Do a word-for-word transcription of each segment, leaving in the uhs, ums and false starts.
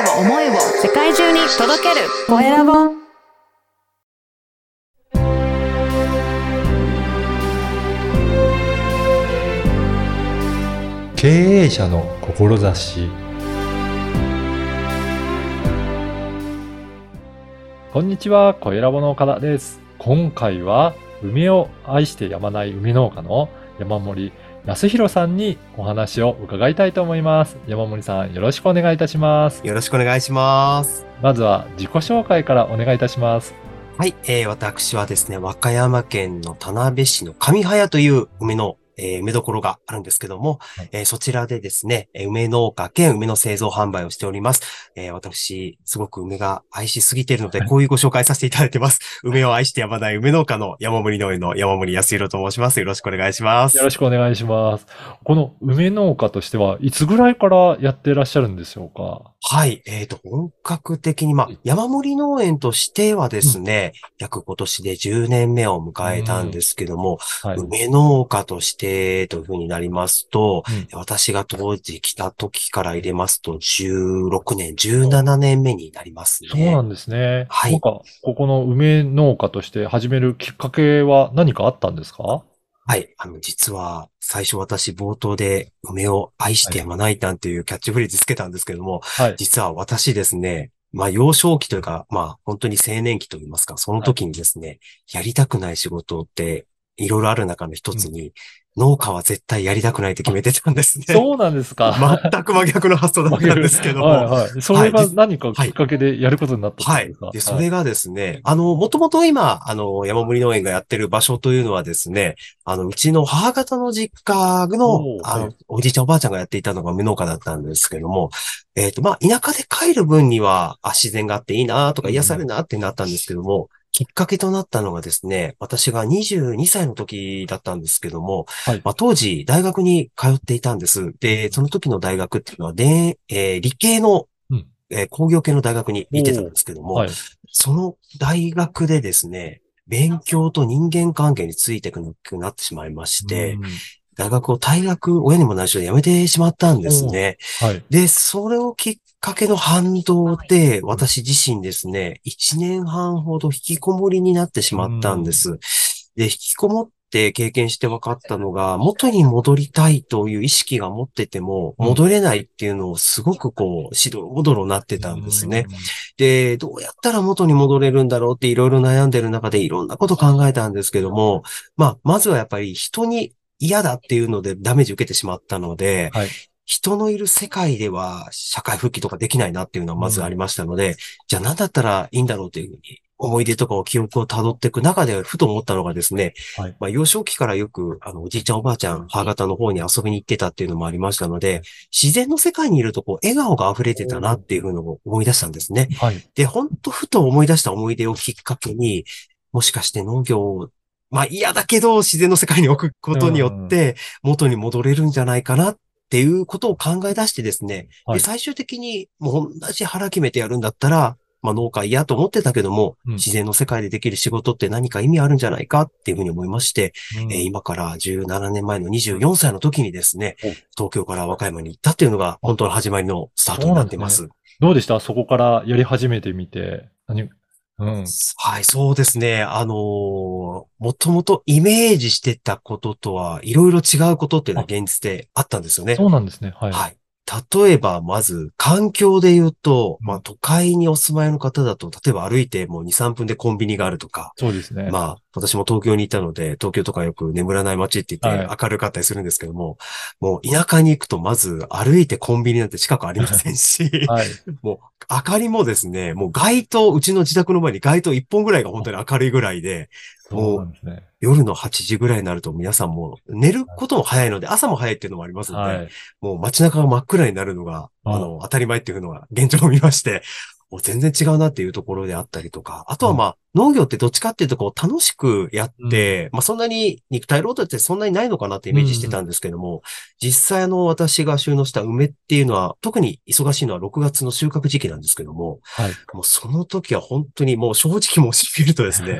を思いを世界中に届けるコエラボ。 経営者の志。こんにちは、コエラボの岡田です。今回は梅を愛してやまない梅農家の山森康弘さんにお話を伺いたいと思います。山森さん、よろしくお願いいたします。 よろしくお願いします。 まずは自己紹介からお願いいたします。 はい、えー、私はですね、和歌山県の田辺市の上早という梅のえー、梅どころがあるんですけども、はい、えー、そちらでですね、梅農家兼梅の製造販売をしております。えー、私、すごく梅が愛しすぎているので、こういうご紹介させていただいてます。梅を愛してやまない梅農家の山森農園の山森康弘と申します。よろしくお願いします。 よろしくお願いします。この梅農家としてはいつぐらいからやっていらっしゃるんでしょうか？ はい、えっと、本格的に、まあ、山森農園としてはですね、うん、約今年でじゅうねんめを迎えたんですけども、はい、梅農家としてというふうになりますと、うん、私が当時来た時から入れますとじゅうろくねん、じゅうななねんめになりますね。 そうなんですね。 はい。 なんか、ここの梅農家として始めるきっかけは何かあったんですか？ はい。あの、実は、最初私冒頭で梅を愛してやまないなんていうキャッチフレーズつけたんですけども、はい、実は私ですね、まあ幼少期というか、まあ本当に青年期といいますか、その時にですね、はい、やりたくない仕事っていろいろある中の一つに、うん、農家は絶対やりたくないって決めてたんですね。 そうなんですか。 全く真逆の発想だったんですけども。 はいはい。それが何かきっかけでやることになったんですか？ はい。で、それがですね、あの、もともと今、あの、山森農園がやってる場所というのはですね、あの、うちの母方の実家の、あの、はい、おじいちゃんおばあちゃんがやっていたのが梅農家だったんですけども、えっと、まあ、田舎で帰る分には、あ、自然があっていいなとか癒されるなってなったんですけども、うん、きっかけとなったのがですね、私がにじゅうにさいの時だったんですけども、はい、まあ、当時大学に通っていたんです。で、その時の大学っていうのは、で、えー、理系の、うんえー、工業系の大学に行ってたんですけども、はい、その大学でですね、勉強と人間関係についていくなくなってしまいまして、うん、大学を退学、親にも内緒で辞めてしまったんですね。はい、で、それをきっかけの反動で、私自身ですね、いちねんはんほど引きこもりになってしまったんです。で、引きこもって経験して分かったのが、元に戻りたいという意識が持ってても、戻れないっていうのをすごくこう、しどろもどろなってたんですね。で、どうやったら元に戻れるんだろうっていろいろ悩んでる中でいろんなこと考えたんですけども、まあ、まずはやっぱり人に嫌だっていうのでダメージ受けてしまったので、はい、人のいる世界では社会復帰とかできないなっていうのはまずありましたので、うん、じゃあ何だったらいいんだろうというふうに思い出とかを記憶を辿っていく中でふと思ったのがですね、はい、まあ幼少期からよくあのおじいちゃんおばあちゃん、母方の方に遊びに行ってたっていうのもありましたので、自然の世界にいるとこう笑顔が溢れてたなっていうふうのを思い出したんですね。はい、で、本当ふと思い出した思い出をきっかけに、もしかして農業をまあ嫌だけど自然の世界に置くことによって元に戻れるんじゃないかなっていうことを考え出してですね。はい、で、最終的にもう同じ腹決めてやるんだったら、まあ農家嫌と思ってたけども、うん、自然の世界でできる仕事って何か意味あるんじゃないかっていうふうに思いまして、うん、えー、今からじゅうななねんまえのにじゅうよんさいの時にですね、うん、東京から和歌山に行ったっていうのが本当の始まりのスタートになっています。 そうなんですね。どうでした？そこからやり始めてみて。何うん、はい、そうですね。あのー、もともとイメージしてたこととはいろいろ違うことっていうのは現実であったんですよね。 そうなんですね。はい。 はい。例えば、まず、環境で言うと、まあ、都会にお住まいの方だと、例えば歩いてもうに、さんぷんでコンビニがあるとか。 そうですね。 まあ、私も東京にいたので、東京とかよく眠らない街って言って明るかったりするんですけども、はい、もう田舎に行くとまず歩いてコンビニなんて近くありませんし、はい、もう明かりもですね、もう街灯、うちの自宅の前に街灯いっぽんぐらいが本当に明るいぐらいで、もう夜のはちじぐらいになると皆さんも寝ることも早いので、朝も早いっていうのもありますので、はい、もう街中が真っ暗になるのが、あの、当たり前っていうのが現状を見まして、もう全然違うなっていうところであったりとか、あとはまあ、農業ってどっちかっていうとこう楽しくやって、うん、まあそんなに肉体労働ってそんなにないのかなってイメージしてたんですけども、うん、実際あの私が収納した梅っていうのは、特に忙しいのはろくがつの収穫時期なんですけども、はい、もうその時は本当にもう正直申し上げるとですね、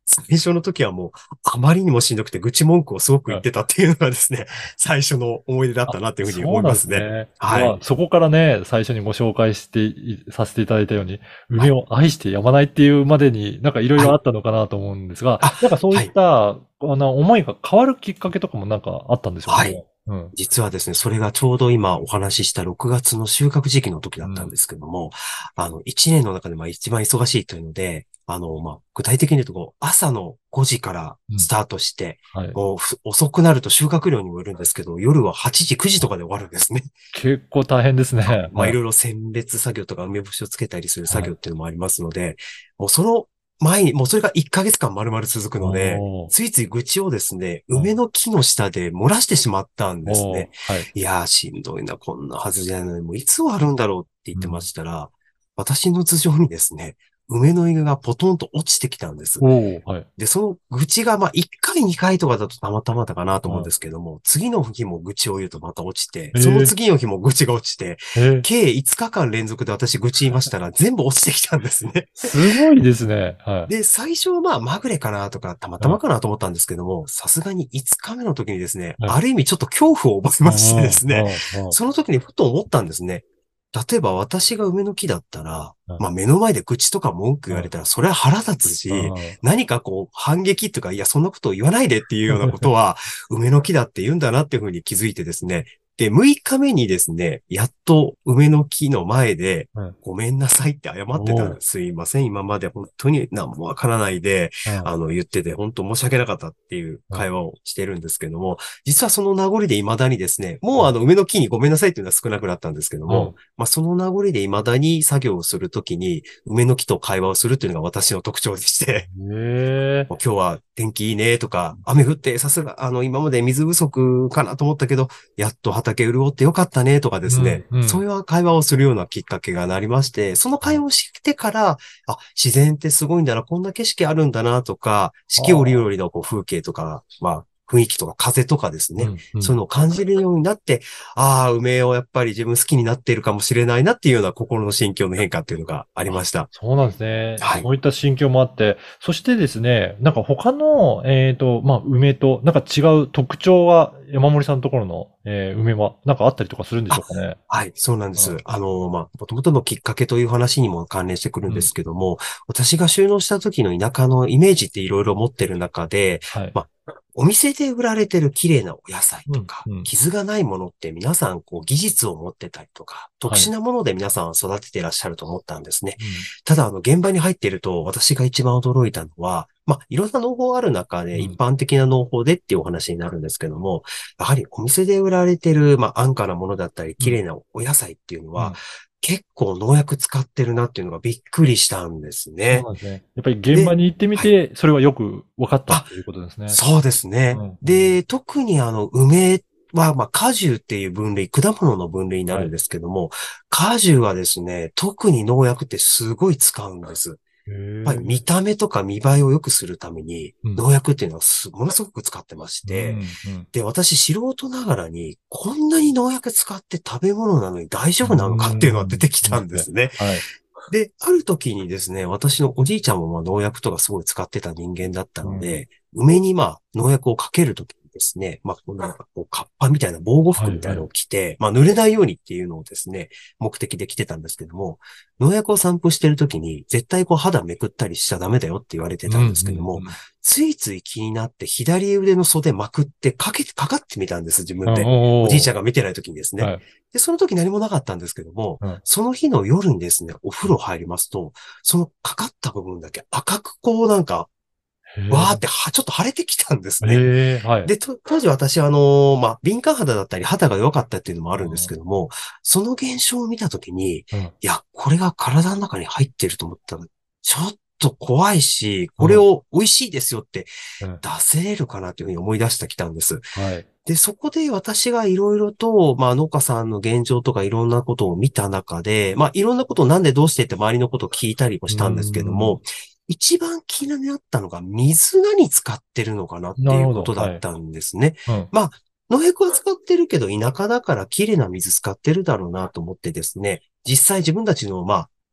最初の時はもう、あまりにもしんどくて愚痴文句をすごく言ってたっていうのがですね、最初の思い出だったなっていうふうにそうなんで思いますね。 すね。 はい。 まあ、そこからね、最初にご紹介してい、させていただいたように、梅を愛してやまないっていうまでになんかいろいはい。 ろあったのかなと思うんですが、 あ、 なんかそういはい。 った、あの、思いが変わるきっかけとかもなんかあったんでしょうかはい。 ね。うん。 実はですね、それがちょうど今お話ししたろくがつの収穫時期の時だうん。 ったんですけども、あの、いちねんの中でまあ一番忙しいというので、あの、まあ、具体的に言うとこう、朝のごじからうん。 スタートして、 はい。 もうふ遅くなると収穫量にもよるんですけど、夜ははちじ、くじとかで終わるんですね。 結構大変ですね。 まあ、 はい。 いろいろ選別作業とか梅干しをつけたりする作はい。 業っていうのもありますので、もうその前に、もうそれがいっかげつかん丸々続くので、 おー。 ついつい愚痴をですね、 はい。 梅の木の下で漏らしてしまったんですね。 おー。はい。 いやー、しんどいな、こんなはずじゃないのに、もういつ終わるんだろうって言ってまうん。 したら、私の頭上にですね、梅の実がポトンと落ちてきたんです。 おー。はい。 で、その愚痴が、まあ、いっかい、にかいとかだとたまたまだかなと思うんはですけども、次の日も愚痴を言うとまた落ちて、 い。えそのー、 次の日も愚痴が落ちて、 えー、 計いつかかん連続で私愚痴言いましたら、全部落ちてきたんですね。 すごいですね。はで、最初はまあ、まぐれかなとか、たまい。はい。 たまかなと思ったんですけども、さすがにいつかめの時にですね、 はい。 ある意味ちょっと恐怖を覚えうましてでん。 すね、 うん。うん。 その時にふと思ったんですね。例えば私が梅の木だったら、 はい。 まあ目の前で愚痴とか文句言うん。 われたら、それは腹立つうし、 ん。 何かこう反撃とか、いや、そんなことを言わないでっていうようなことは、梅の木だって言うんだなっていうふうに気づいてですね。で、むいかめにですね、やっと梅の木の前で、 はい。 ごめんなさいって謝ってたんおー。 です。すいません。今まで本当に何もわからないで、 うん。 あの、言ってて、本当申し訳なかったっていううん。 会話をしてるんですけども、実はその名残で未だにですね、もうん。 うあの、梅の木にごめんなさいっていうのは少なくなったんですけども、 うん。 まあ、その名残で未だに作業をするときに、梅の木と会話をするっていうのが私の特徴でして、 ええ。 もう今日は天気いいねとか、雨降ってさすが、あの、今まで水不足かなと思ったけど、やっと畑潤ってよかったねとかですね、 うん。うん。 そういう会話をするようなきっかけがなりまして、その会話をしてから、あ、自然ってすごいんだな、こんな景色あるんだなとか、四季折ああ。 々のこう風景とか、まあ、雰囲気とか風とかですね。 うん。うん。 そういうのを感じるようになって、ああ、梅をやっぱり自分好きになっているかもしれないなっていうような心の心境の変化っていうのがありまあ、 した。 そうなんですね。 はい。 そういった心境もあって、そしてですね、なんか他の、えっと、まあ、梅と、なんか違う特徴が山森さんのところの、えー梅は、なんかあったりとかするんでしょうかね。 はい、そうなんでうん。 す。あの、まあ、もともとのきっかけという話にも関連してくるんでうん。 すけども、私が就農した時の田舎のイメージっていろいろ持ってる中で、 はい。 まあ、お店で売られてる綺麗なお野菜うん。 とか、 うん。 傷がないものって皆さんこう技術を持ってたりとか、特はい。 殊なもので皆さんは育てていらっしゃると思ったんですね。 うん。 ただ、あの、現場に入っていると、私が一番驚いたのは、まあ、いろんな農法ある中で、一うん。 般的な農法でっていうお話になるんですけども、やはりお店で売られてる、まあ、安価なものだったり、 うん。 綺麗なお野菜っていうのは、 うん。 結構農薬使ってるなっていうのがびっくりしたんですね。 そうなんですね。やっぱり現場で、 に行ってみはい。 て、それはよく分かったあ、 っていうことですね。 そうですね。 うん。うん。 で、特にあの、梅は、まあ、果樹っていう分類、果物の分類になはい。 るんですけども、果樹はですね、特に農薬ってすごい使うんです。 へぱり見え。 た目とか見栄えを良くするために、 うん。 農薬っていうのはすものすごく使ってましうて、 ん。うん。 で、私素人ながらに、こんなに農薬使って食べ物なのに大丈う夫なのかっていうのが出ん。 てきたそうですね。 んですね。 はい。 で、ある時にですね、私のおじいちゃんもまあ農薬とかすごい使ってた人間だったうん。 ので、梅にまあ農薬をかけるときにですね、まあこうなんかこうカッパみたいな防護はい。 服みたいなのはい。 を着て、まあ濡れないようにっていうのをですね、目的で着てたんですけども、農薬を散布してるときに絶対こう肌めくったりしちゃダメだよって言われてうん。うたんですけどん。うも、 ん。 ついつい気になって左腕の袖まくってかけて、かかってみたんです、自あ、 分で。おじいちゃんおが見てないときにですー。 ね。 はい。 で、その時何もなかったんですけども、 うん。 その日の夜にですね、お風呂入りますと、そのかかった部分だけ赤くこうなんか、 へえ。 わーっては、ちょっと腫れてきたんですね。 ええ、はい。 で、と当時私あの、まあ、敏感肌だったり肌が弱かったっていうのもあるんですうん。 けども、その現象を見たときに、いうん。 や、これが体の中に入ってると思ったら、ちょっと怖いし、これうん。 を美味しいですよってうん。 出せれるかなというふうに思い出してきたんです。 はい。 で、そこで私がいろいろと、まあ、農家さんの現状とかいろんなことを見た中で、まあ、いろんなことをなんでどうしてって周りのことを聞いたりもうーしたんですけども、 ん。 一番気になったのが水何使ってるのかなっていうなるほど。はい。 ことだったんですね。 うん。 まあ、農薬は使ってるけど田舎だから綺麗な水使ってるだろうなと思ってですね、実際自分たちの、まあ、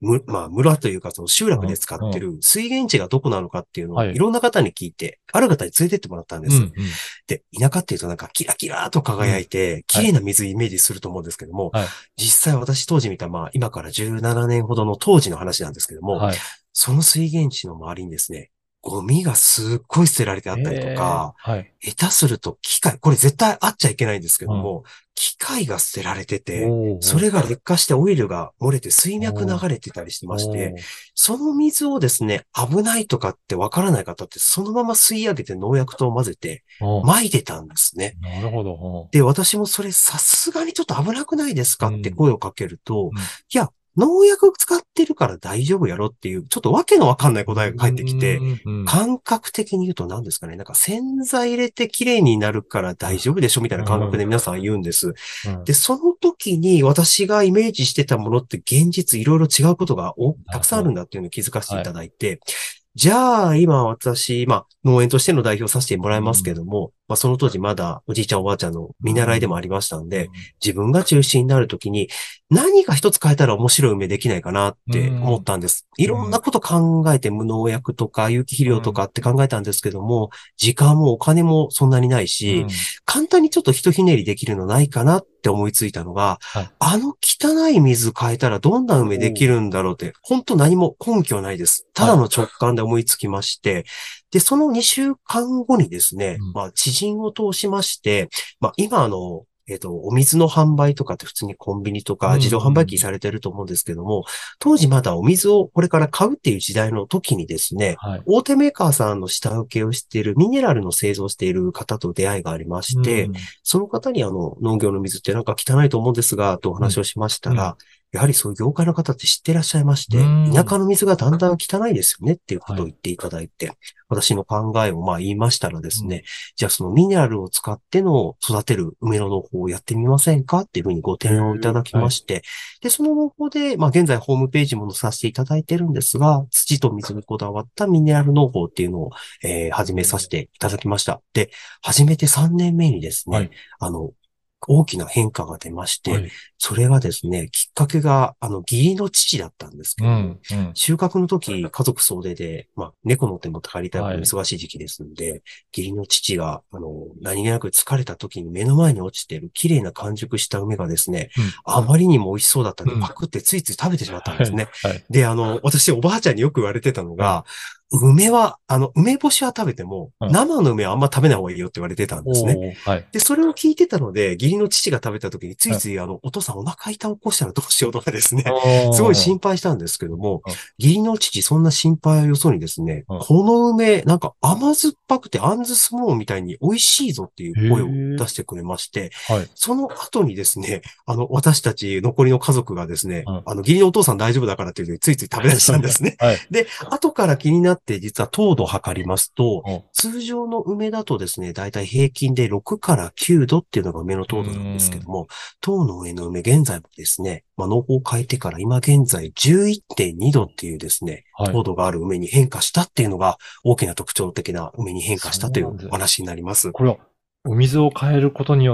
む、まあ、村というか、その集落うん、 で使ってうん。 る水源地がどこなのかっていうのをいはい。 ろんな方に聞いて、ある方に連れてってもらったんです。 うん、うん。 で、田舎っていうとなんかキラキラと輝いうん。 て、綺はい。 麗な水イメージすると思うんですけども、 はい。 実際私当時見た、まあ今からじゅうななねんほどの当時の話なんですけども、 はい。 その水源地の周りにですね、ゴミがすっごい捨てられてあえったりとえ、 か、 はい。 下手すると機械、これ絶対あっちゃいけないんですけうん。 ども、機械が捨てられておて、そお、 れが劣化してオイルが漏れて水脈流おお、 れてたりしてまして、 おお、 その水をですね、危ないとかってわからない方ってそのまま吸い上げて農薬と混ぜておお、 撒いてたんですね。 なるほど。おで、私もそれさすがにちょっと危なくないですう、うかってん、 声をかけると、 うん。 いや、農薬使ってるから大丈夫やろっていう、ちょっとわけのわかんないう答えが返ってきて、 ーん、うん。 感覚的に言うと何ですかね。なんか洗剤入れて綺麗になるから大丈夫でしょみたいな感覚で皆さん言うんです。 うん。 で、その時に私がイメージしてたものって現実いろいろ違うことがおたくさんあるんなるほど。 だっていうのを気づかせていはい。 ただいて、じゃあ、今私、まあ、農園としての代表させてもらいますけうん、 ども、まあ、その当時まだおじいちゃんおばあちゃんの見習いでうん、 もありましたんで、 うん、 自分が中心になるときに何か一つ変えたら面白い梅できないかなっうて思っん、 たんです。いろんなうん、 こと考えて無農薬とか有機肥うん、 料とかって考えたんですけども、時間もお金もそんなにないし、 うん。 簡単にちょっとひとひねりできるのないかなって思いついたのが、 はい。 あの汚い水変えたらどんなお梅できお、 るんだろうって、本当何も根拠ないです。たはい。 だの直感で思いつきまして、で、そのにしゅうかんごにですね、 うん、 まあ、知人を通しまして、まあ、今あの、えっと、お水の販売とかって普通にコンビニとうん、 か自動販売機うん。 されてると思うんですけども、当時まだお水をこれから買うっていう時代の時にですね、 はい。 大手メーカーさんの下請けをしているミネラルの製造をしている方と出会いがありまして、 うん、 その方にあの農業の水ってなんか汚いと思うんですが、とおうん、 話をしましたうん、 ら、やはりそういう業界の方って知ってらっしゃいましうて、田舎ん。 の水がだんだん汚いですよねっていうこはい。 とを言っていただいて、私の考えをまあ言いましたらでうん、 すね、じゃあそのミネラルを使っての育てる梅の農法をやってみませんかっていうふうにごへ提案をいたえ、 だきはい。 まして、で、その農法で、まあ現在ホームページも載させていただいてるんですが、土と水にこだわったミネラル農法っていうのを、えー始めさせていただきました。で、始めてさんねんめにですね、 はい。 あの、大きな変化が出まして、 はい。 それがですね、きっかけが、あの、義理の父だったんですけども、 うん、うん。 収穫の時、家族総出で、まあ、猫の手も借りたいほどはい。 忙しい時期ですんで、義理の父が、あの、何気なく疲れた時に目の前に落ちている綺麗な完熟した梅がですね、 うん、 あまりにも美味しそうだったんで、 うん。 パクってついつい食べてしまったんではい。 すね。 はい。 で、あの、私、おばあちゃんによく言われてたのはい。 が、梅は、あの、梅干しは食べても、 うん。 生の梅はあんま食べない方がいいよって言われてたんですね。 おお、はい。 で、それを聞いてたので、義理の父が食べた時につうん。 いついあの、お父さんお腹痛を起こしたらどうしようとかですね、すごいおー。 心配したんですけども、 うん。 義理の父そんな心配をよそにですね、 うん。 この梅、なんか甘酸っぱくてアンズスモーンみたいに美味しいぞっていうへ声をえ。 出してくれまして、 はい。 その後にですね、あの、私たち残りの家族がですね、 うん。 あの、義理のお父さん大丈夫だからっていうのでついつい食べ出したんですね。 はい。 で、後から気になって実は糖度を測りますと、 おう通常の梅だとですね、だいたい平均でろくからきゅうどっていうのが梅のー糖度なんですけどん。 も、糖の上の梅現在もですね、まあ、農法を変えてから今現在じゅういってんにどっていうですね、 はい。 糖度がある梅に変化したっていうのが大きな特徴的な梅に変化そしたといううなんです。 お話になります。 これは、お水を変えることによって、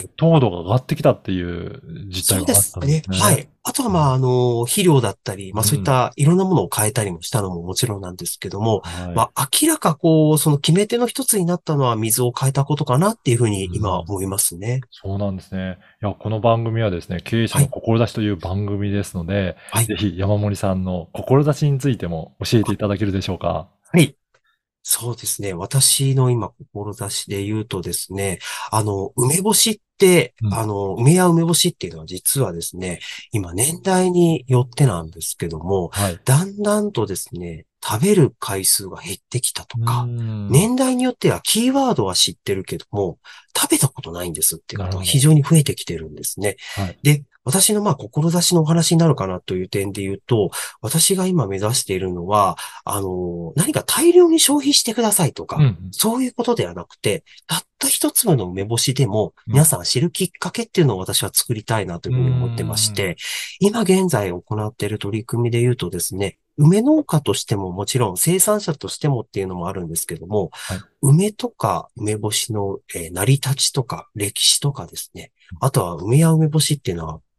はい。 糖度が上がってきたっていう実態そうでがあったんですね。 すね。 はい。あとは、まあ、 うん。 あの、肥料だったり、まあ、そういっうん。 たいろんなものを変えたりもしたのももちろんなんですけども、 はい。 まあ、明らかこう、その決め手の一つになったのは水を変えたことかなっていうふうに今はうん。 思いますね。 そうなんですね。いや、この番組はですね、経営者のはい。 志という番組ですので、 はい。 ぜひ山森さんの志についても教えていただけるでしょうか。 はい。そうですね。私の今、志で言うとですね、あの、梅干しって、 うん。 あの、梅や梅干しっていうのは実はですね、今年代によってなんですけども、 はい。 だんだんとですね、食べる回数が減ってきたとうーか、 ん。 年代によってはキーワードは知ってるけども、食べたことないんですっていう方が非なるほど。 常に増えてきてるんですね。 はい。 で、私のまあ、志のお話になるかなという点で言うと、私が今目指しているのは、あの、何か大量に消費してくださいとか、 うん、 そういうことではなくて、たった一粒の梅干しでもうん。 皆さん知るきっかけっていうのを私は作りたいなというーうふうに思ってましん。 て、今現在行っている取り組みで言うとですね、梅農家としてももちろん生産者としてもっていうのもあるんですけども、 はい。 梅とか梅干しの、えー成り立ちとか歴史とかですね、あとは梅や梅干しっていうのは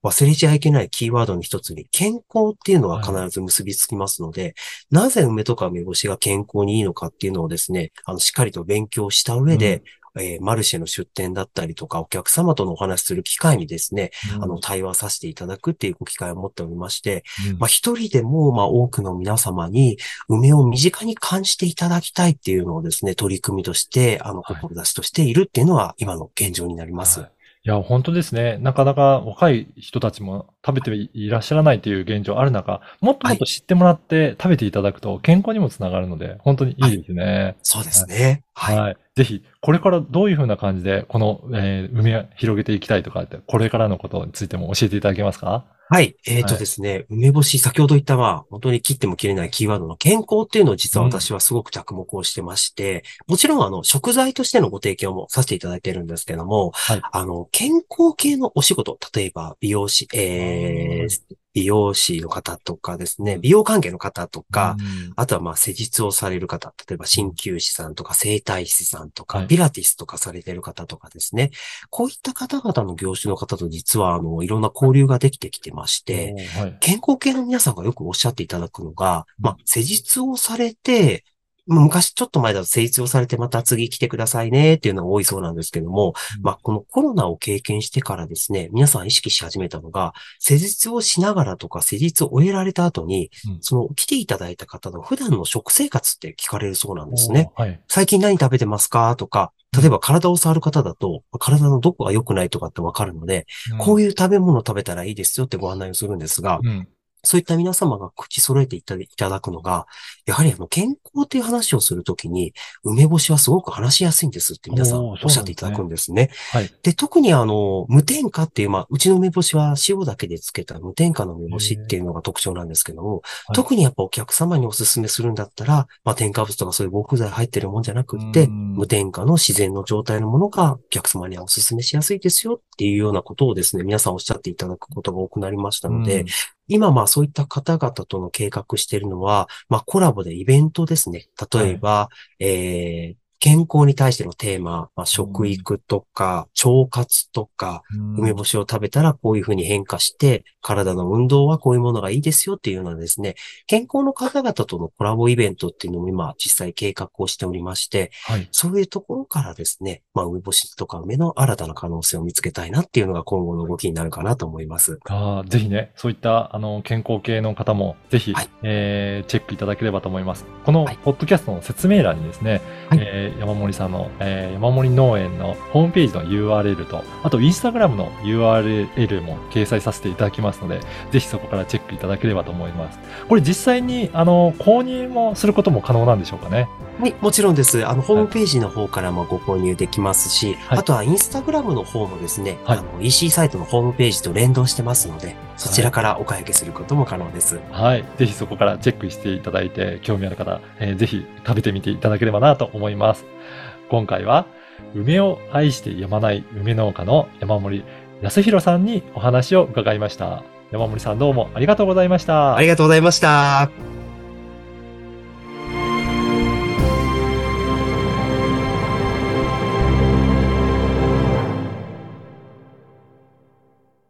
忘れちゃいけないキーワードの一つに健康っていうのははい。 必ず結びつきますので、なぜ梅とか梅干しが健康にいいのかっていうのをですね、あの、しっかりと勉強した上うん。 で、えーマルシェの出店だったりとか、お客様とのお話しする機会にですね、あの、 うん。 対話させていただくっていうご機会を持っておりまして、 うん。 まあ、一人でも、まあ、多くの皆様に梅を身近に感じていただきたいっていうのをですね、取り組みとして、あの、 はい。 志としているっていうのは、今の現状になります。 はい。いや、本当ですね。なかなか若い人たちも食べていらっしゃらないという現状ある中、もっともっとはい。 知ってもらって食べていただくと健康にもつながるので、本当にいはい。 いですね。 そうではい。 すね。はい。 はい。ぜひ、これからどういう風な感じで、この、えー、梅を広げていきたいとかって、これからのことについても教えていただけますか？ はい。えーはい。 とですね、梅干し、先ほど言ったまあ、本当に切っても切れないキーワードの健康っていうのを実はうん。 私はすごく着目をしてまして、もちろんあの、食材としてのご提供もさせていただいてるんですけども、 はい。 あの、健康系のお仕事、例えば美容師、 ああ、はい。 えー、美容師の方とかですね、 うん。 美容関係の方とうか、 ん。 あとはまあ施術をされる方、例えばうん。 鍼灸師さんとか整体師さんとか、 はい。 ピラティスとかされてる方とかですね、こういった方々の業種の方と実はあの、いろんな交流ができてきてまして、 おー、はい。 健康系の皆さんがよくおっしゃっていただくのが、まあ、 うん。 施術をされて、まあ昔ちょっと前だと施術をされてまた次来てくださいねっていうのが多いそうなんですけども、 うん。 まあこのコロナを経験してからですね、皆さん意識し始めたのが、施術をしながらとか施術を終えられた後に、 うん。 その来ていただいた方の普段の食生活って聞かれるそうなんですね。 おー、はい。 最近何食べてますかとか、 うん。 例えば体を触る方だと、体のどこが良くないとかってわかるので、 うん。 こういう食べ物を食べたらいいですよってご案内をするんですが、 うん。 そういった皆様が口揃えていたいただくのが、やはりあの健康っていう話をするときに、梅干しはすごく話しやすいんですって皆さんおー、そうおっしゃっていただくなんですね。 んですね。 はい。 で、特にあの、無添加っていう、まあ、うちの梅干しは塩だけで漬けた無添加の梅干しってええ、 いうのが特徴なんですけども、 はい。 特にやっぱお客様にお勧めするんだったら、まあ、添加物とかそういう防腐剤入ってるもんじゃなうーくって、無ん。 添加の自然の状態のものがお客様にはお勧めしやすいですよっていうようなことをですね、皆さんおっしゃっていただくことが多くなりましたので、 うん。 今まあそういった方々との計画しているのは、まあコラボでイベントですね。例はい。 えば、えー、健康に対してのテーマ、まあ、食うん。 育とか、腸活とか、 うん。 梅干しを食べたらこういうふうに変化して、体の運動はこういうものがいいですよっていうようなですね、健康の方々とのコラボイベントっていうのも今実際計画をしておりまして、 はい。 そういうところからですね、まあ梅干しとか梅の新たな可能性を見つけたいなっていうのが今後の動きになるかなと思います。 ああ、ぜひね、そういった、あの、健康系の方も、ぜひ、 はい。 えーチェックいただければと思います。このはい。 ポッドキャストの説明欄にですね、 はい。 えー山森さんの、えー山森農園のホームページの ユーアールエル と、あと、インスタグラムの ユーアールエル も掲載させていただきますので、ぜひそこからチェックいただければと思います。これ実際に、あの、購入もすることも可能なんでしょうかね。 はい、もちろんです。あの、ホーはい。 ムページの方からもご購入できますし、 はい。 あとはインスタグラムの方もですね、 はい。 あの、イーシー サイトのホームページと連動してますので、そちはい。 らからお買い上げすることも可能です。 はい。ぜひそこからチェックしていただいて、興味ある方、えーぜひ食べてみていただければなと思います。今回は、梅を愛してやまない梅農家の山森康弘さんにお話を伺いました。山森さんどうもありがとうございました。 ありがとうございました。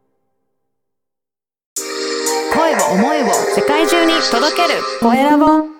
声を思いを世界中に届けるコエラボ